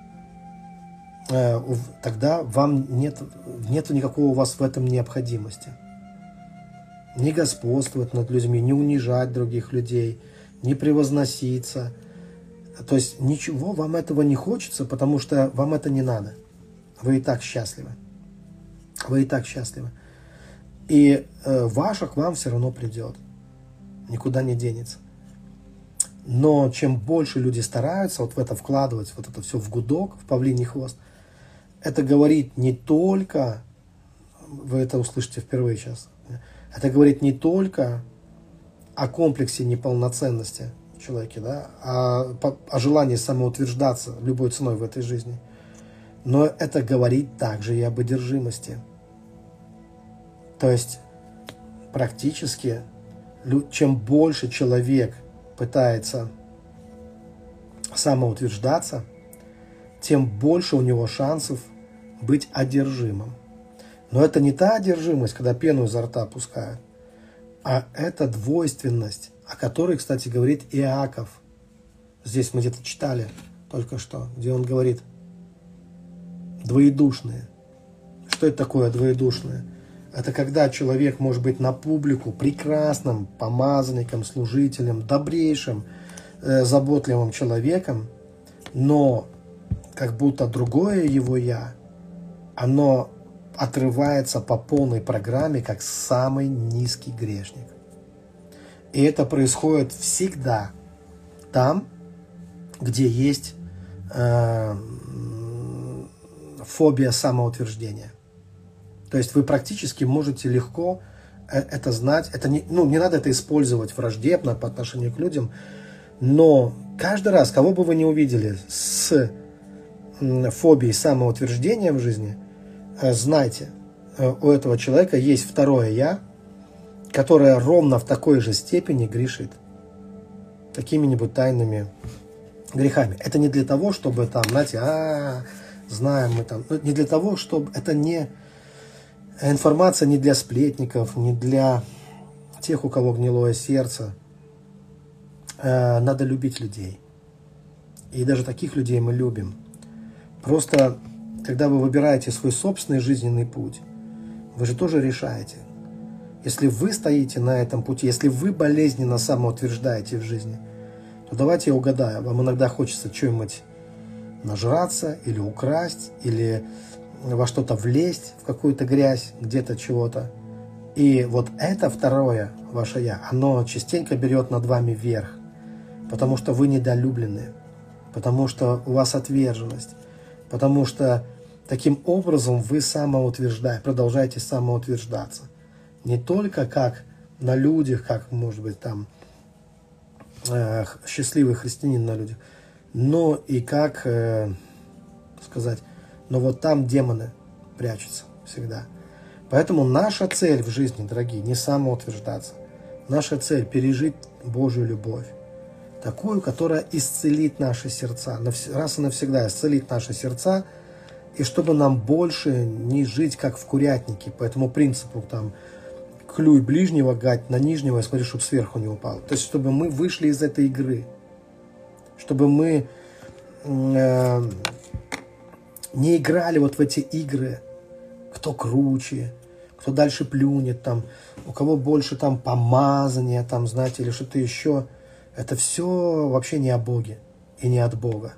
Speaker 1: тогда вам нету никакого у вас в этом необходимости. Не господствовать над людьми, не унижать других людей, не превозноситься. То есть ничего вам этого не хочется, потому что вам это не надо. Вы и так счастливы. Вы и так счастливы. И ваше к вам все равно придет. Никуда не денется. Но чем больше люди стараются вот в это вкладывать, вот это все в гудок, в павлиний хвост, это говорит не только, вы это услышите впервые сейчас, это говорит не только о комплексе неполноценности человеке, да, о желании самоутверждаться любой ценой в этой жизни. Но это говорит также и об одержимости. То есть практически, чем больше человек пытается самоутверждаться, тем больше у него шансов быть одержимым. Но это не та одержимость, когда пену изо рта пускают, а это двойственность, о которой, кстати, говорит Иаков. Здесь мы где-то читали только что, где он говорит двоедушные. Что это такое двоедушное? Это когда человек может быть на публику прекрасным помазанником, служителем, добрейшим, заботливым человеком, но как будто другое его «я», оно отрывается по полной программе, как самый низкий грешник. И это происходит всегда там, где есть фобия самоутверждения. То есть вы практически можете легко это знать. Это не надо это использовать враждебно по отношению к людям, но каждый раз, кого бы вы ни увидели с фобией самоутверждения в жизни, знайте, у этого человека есть второе «я», которое ровно в такой же степени грешит какими-нибудь тайными грехами. Это не для того, чтобы там, знаете, знаем мы там, не для того, чтобы это не информация не для сплетников, не для тех, у кого гнилое сердце. Надо любить людей. И даже таких людей мы любим. Просто, когда вы выбираете свой собственный жизненный путь, вы же тоже решаете. Если вы стоите на этом пути, если вы болезненно самоутверждаете в жизни, то давайте я угадаю. Вам иногда хочется что-нибудь нажраться, или украсть, или во что-то влезть, в какую-то грязь, где-то чего-то. И вот это второе ваше «я», оно частенько берет над вами верх, потому что вы недолюблены, потому что у вас отверженность, потому что таким образом вы продолжаете самоутверждаться. Не только как на людях, как, может быть, там счастливый христианин на людях, но и как сказать, но вот там демоны прячутся всегда. Поэтому наша цель в жизни, дорогие, не самоутверждаться. Наша цель пережить Божью любовь. Такую, которая исцелит наши сердца. Раз и навсегда исцелит наши сердца. И чтобы нам больше не жить, как в курятнике. По этому принципу, там, клюй ближнего, гать на нижнего, и смотри, чтобы сверху не упал. То есть, чтобы мы вышли из этой игры. Чтобы мы не играли вот в эти игры, кто круче, кто дальше плюнет, там, у кого больше там помазания, там, знаете, или что-то еще. Это все вообще не о Боге и не от Бога.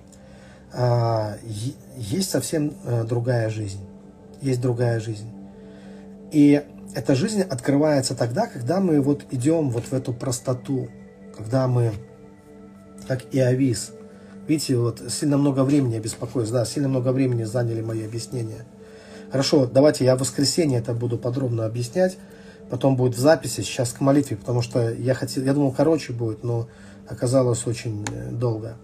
Speaker 1: Есть совсем другая жизнь. Есть другая жизнь. И эта жизнь открывается тогда, когда мы вот идем вот в эту простоту, когда мы, как Иовис. Видите, вот сильно много времени я беспокоюсь, да, сильно много времени заняли мои объяснения. Хорошо, давайте я в воскресенье это буду подробно объяснять, потом будет в записи, сейчас к молитве, потому что я думал, короче будет, но оказалось очень долго.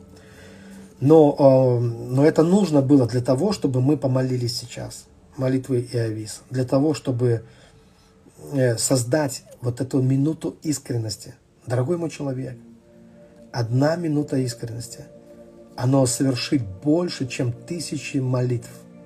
Speaker 1: Но это нужно было для того, чтобы мы помолились сейчас, молитвы Иовис, для того, чтобы создать вот эту минуту искренности. Дорогой мой человек, 1 минута искренности, оно совершит больше, чем 1000 молитв.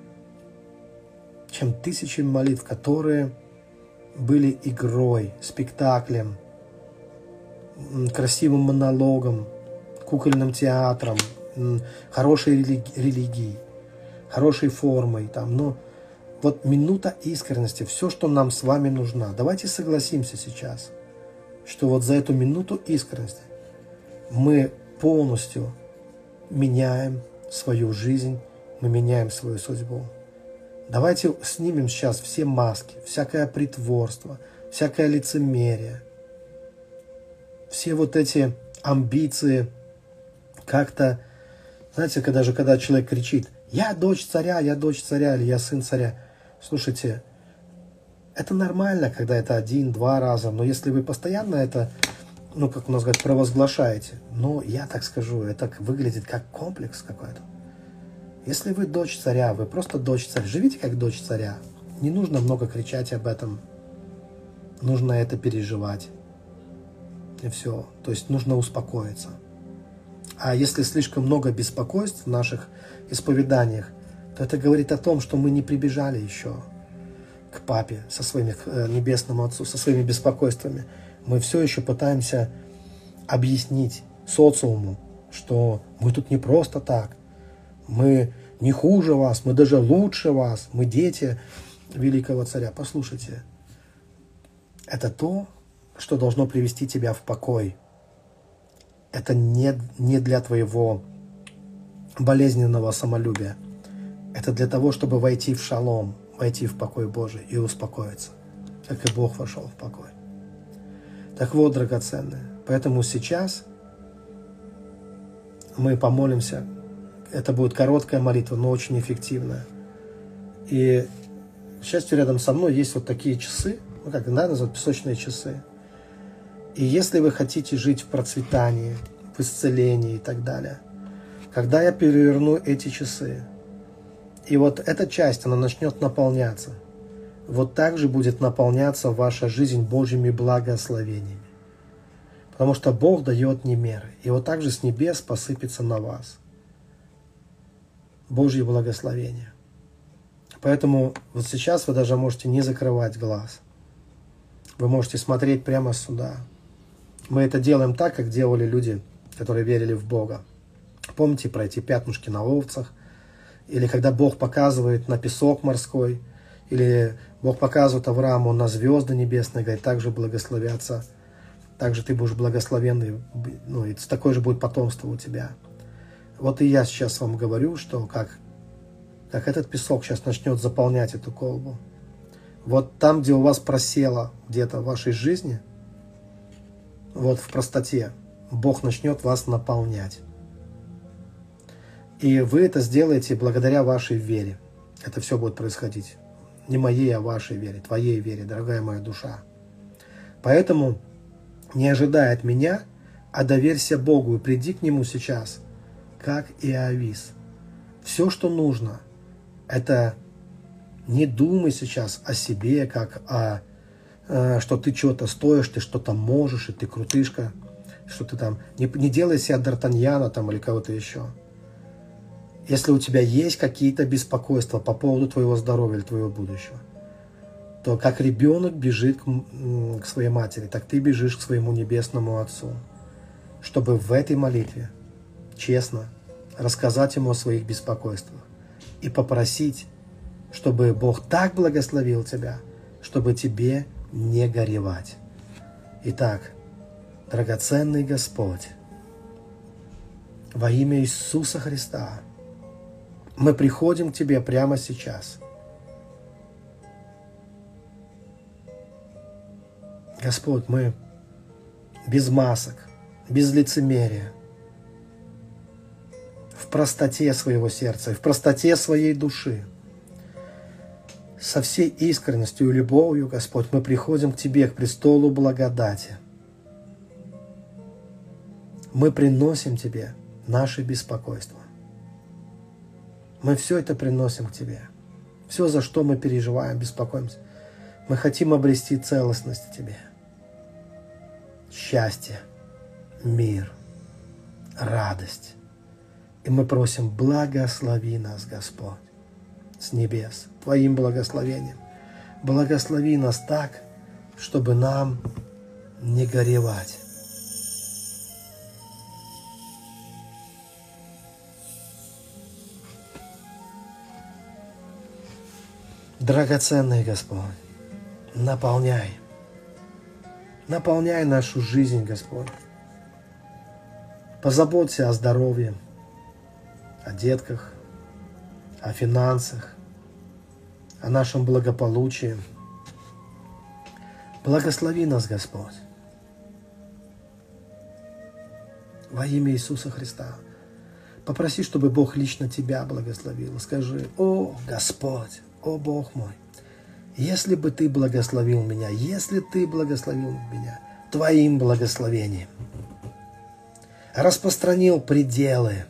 Speaker 1: Чем 1000 молитв, которые были игрой, спектаклем, красивым монологом, кукольным театром, хорошей религией, хорошей формой. Там. Но вот минута искренности, все, что нам с вами нужно. Давайте согласимся сейчас, что вот за эту минуту искренности мы полностью меняем свою жизнь, мы меняем свою судьбу. Давайте снимем сейчас все маски, всякое притворство, всякое лицемерие, все вот эти амбиции как-то, знаете, когда человек кричит: я дочь царя, или я сын царя. Слушайте, это нормально, когда это 1-2 раза, но если вы постоянно это ну, как у нас говорят, провозглашаете. Но я так скажу, это выглядит как комплекс какой-то. Если вы дочь царя, вы просто дочь царя, живите как дочь царя. Не нужно много кричать об этом. Нужно это переживать. И все. То есть нужно успокоиться. А если слишком много беспокойств в наших исповеданиях, то это говорит о том, что мы не прибежали еще к папе, со своими, к небесному Отцу, со своими беспокойствами. Мы все еще пытаемся объяснить социуму, что мы тут не просто так. Мы не хуже вас, мы даже лучше вас, мы дети великого царя. Послушайте, это то, что должно привести тебя в покой. Это не для твоего болезненного самолюбия. Это для того, чтобы войти в шалом, войти в покой Божий и успокоиться, как и Бог вошел в покой. Так вот, драгоценные, поэтому сейчас мы помолимся. Это будет короткая молитва, но очень эффективная. И, к счастью, рядом со мной есть вот такие часы, ну как, да, называют песочные часы. И если вы хотите жить в процветании, в исцелении и так далее, когда я переверну эти часы, и вот эта часть, она начнет наполняться, вот так же будет наполняться ваша жизнь Божьими благословениями. Потому что Бог дает не меры. И вот так же с небес посыпется на вас Божье благословение. Поэтому вот сейчас вы даже можете не закрывать глаз. Вы можете смотреть прямо сюда. Мы это делаем так, как делали люди, которые верили в Бога. Помните про эти пятнышки на овцах? Или когда Бог показывает на песок морской, или Бог показывает Аврааму на звезды небесные, говорит, так же благословятся, так же ты будешь благословенный, ну, и такое же будет потомство у тебя. Вот и я сейчас вам говорю, что как этот песок сейчас начнет заполнять эту колбу. Вот там, где у вас просело где-то в вашей жизни, вот в простоте, Бог начнет вас наполнять. И вы это сделаете благодаря вашей вере. Это все будет происходить. Не моей, а вашей вере, твоей вере, дорогая моя душа. Поэтому не ожидай от меня, а доверься Богу и приди к Нему сейчас, как Иовис. Все, что нужно, это не думай сейчас о себе, как что ты что-то стоишь, ты что-то можешь, и ты крутышка, что ты там... Не делай себя Д'Артаньяна там или кого-то еще. Если у тебя есть какие-то беспокойства по поводу твоего здоровья или твоего будущего, то как ребенок бежит к своей матери, так ты бежишь к своему небесному Отцу, чтобы в этой молитве честно рассказать Ему о своих беспокойствах и попросить, чтобы Бог так благословил тебя, чтобы тебе не горевать. Итак, драгоценный Господь, во имя Иисуса Христа, мы приходим к Тебе прямо сейчас. Господь, мы без масок, без лицемерия, в простоте своего сердца, в простоте своей души, со всей искренностью и любовью, Господь, мы приходим к Тебе, к престолу благодати. Мы приносим Тебе наши беспокойства. Мы все это приносим к Тебе. Все, за что мы переживаем, беспокоимся. Мы хотим обрести целостность в Тебе. Счастье, мир, радость. И мы просим, благослови нас, Господь, с небес, Твоим благословением. Благослови нас так, чтобы нам не горевать. Драгоценный Господь, наполняй нашу жизнь, Господь. Позаботься о здоровье, о детках, о финансах, о нашем благополучии. Благослови нас, Господь. Во имя Иисуса Христа. Попроси, чтобы Бог лично тебя благословил. Скажи: «О, Господь, о Бог мой, если бы Ты благословил меня, Твоим благословением. Распространил пределы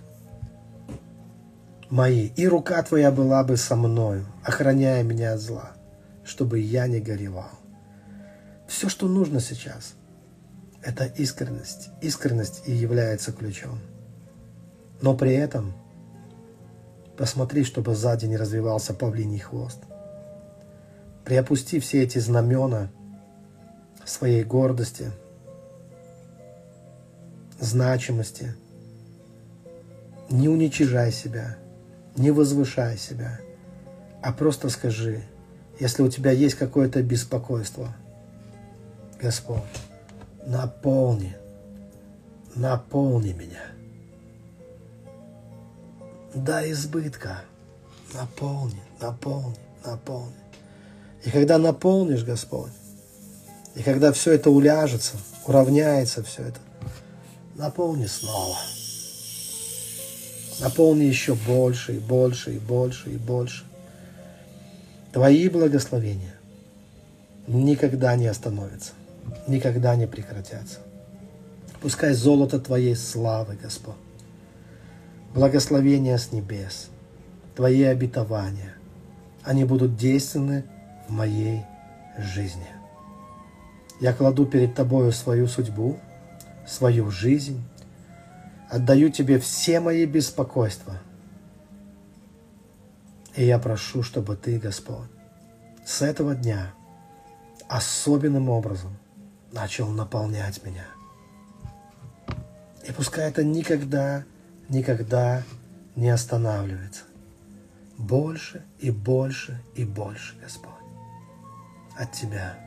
Speaker 1: мои, и рука Твоя была бы со мною, охраняя меня от зла, чтобы я не горевал. Все, что нужно сейчас, это искренность. Искренность и является ключом. Но при этом посмотри, чтобы сзади не развивался павлиний хвост. Приопусти все эти знамена своей гордости, значимости. Не уничижай себя, не возвышай себя, а просто скажи, если у тебя есть какое-то беспокойство, Господь, наполни меня. До избытка. Наполни. И когда наполнишь, Господь, и когда все это уляжется, уравняется все это, наполни снова. Наполни еще больше и больше и больше и больше. Твои благословения никогда не остановятся, никогда не прекратятся. Пускай золото Твоей славы, Господь, благословения с небес, Твои обетования, они будут действенны в моей жизни. Я кладу перед Тобою свою судьбу, свою жизнь, отдаю Тебе все мои беспокойства. И я прошу, чтобы Ты, Господь, с этого дня особенным образом начал наполнять меня. И пускай это никогда не останавливается. Больше и больше и больше, Господь, от Тебя.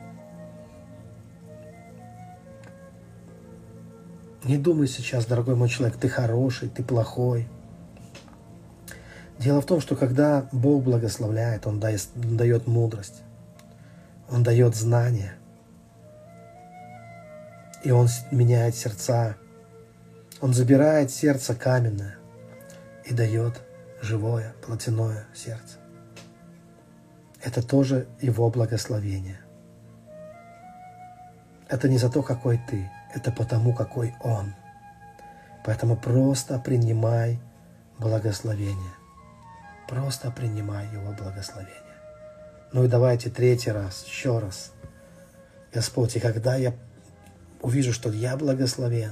Speaker 1: Не думай сейчас, дорогой мой человек, ты хороший, ты плохой. Дело в том, что когда Бог благословляет, Он дает мудрость, Он дает знания, и Он меняет сердца. Он забирает сердце каменное и дает живое, плотяное сердце. Это тоже Его благословение. Это не за то, какой ты, это потому, какой Он. Поэтому просто принимай благословение. Просто принимай Его благословение. Ну и давайте третий раз, еще раз. Господь, и когда я увижу, что я благословен,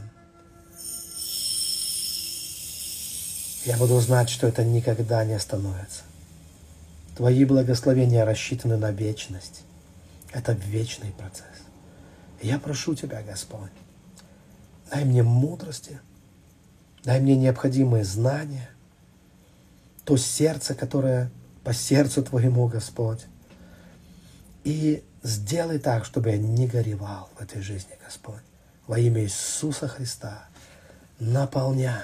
Speaker 1: я буду знать, что это никогда не остановится. Твои благословения рассчитаны на вечность. Это вечный процесс. Я прошу Тебя, Господь, дай мне мудрости, дай мне необходимые знания, то сердце, которое по сердцу Твоему, Господь. И сделай так, чтобы я не горевал в этой жизни, Господь. Во имя Иисуса Христа наполняй.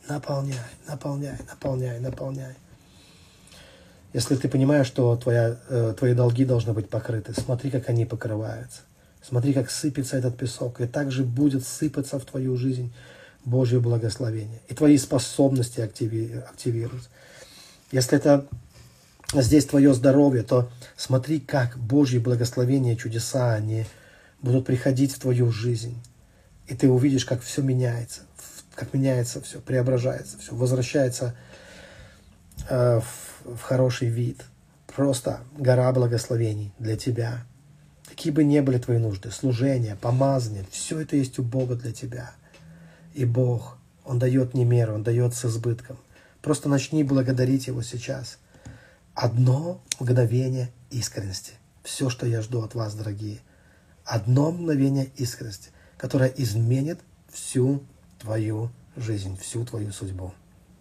Speaker 1: Если ты понимаешь, что твои долги должны быть покрыты, смотри, как они покрываются. Смотри, как сыпется этот песок. И также будет сыпаться в твою жизнь Божье благословение. И твои способности активируются. Если это здесь твое здоровье, то смотри, как Божьи благословения, чудеса, они будут приходить в твою жизнь. И ты увидишь, как все меняется. Как меняется все, преображается все, возвращается в хороший вид. Просто гора благословений для тебя. Какие бы ни были твои нужды, служение, помазание, все это есть у Бога для тебя. И Бог, Он дает не меру, Он дает с избытком. Просто начни благодарить Его сейчас. Одно мгновение искренности. Все, что я жду от вас, дорогие. Одно мгновение искренности, которое изменит всю твою жизнь, всю твою судьбу.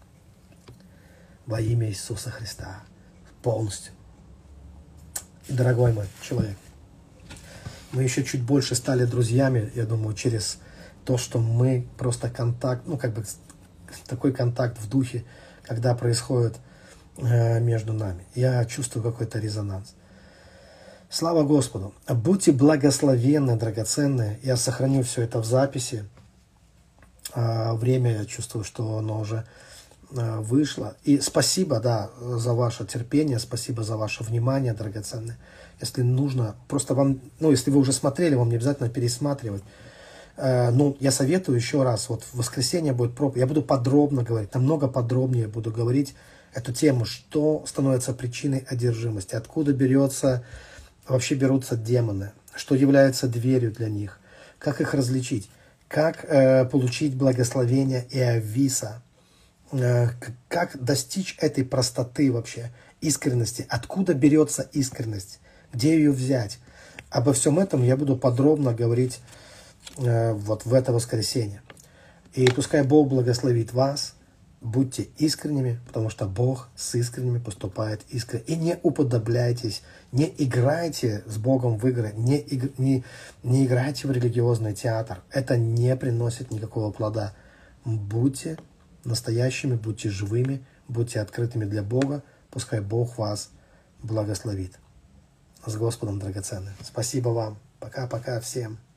Speaker 1: Во имя Иисуса Христа. Полностью. И, дорогой мой человек, мы еще чуть больше стали друзьями, я думаю, через то, что мы просто контакт, такой контакт в духе, когда происходит между нами. Я чувствую какой-то резонанс. Слава Господу! Будьте благословенны, драгоценные. Я сохраню все это в записи. Время, я чувствую, что оно уже вышло. И спасибо, за ваше терпение, спасибо за ваше внимание, драгоценное. Если нужно, просто вам, если вы уже смотрели, вам не обязательно пересматривать. Ну, я советую еще раз, вот в воскресенье будет проповедь, я буду подробно говорить, намного подробнее буду говорить эту тему, что становится причиной одержимости, откуда вообще берутся демоны, что является дверью для них, как их различить, как получить благословение Иовиса, как достичь этой простоты вообще, искренности, откуда берется искренность, где ее взять. Обо всем этом я буду подробно говорить вот в это воскресенье. И пускай Бог благословит вас, будьте искренними, потому что Бог с искренними поступает искренне. И не уподобляйтесь, не играйте с Богом в игры, не играйте в религиозный театр. Это не приносит никакого плода. Будьте настоящими, будьте живыми, будьте открытыми для Бога. Пускай Бог вас благословит. С Господом, драгоценные. Спасибо вам. Пока-пока всем.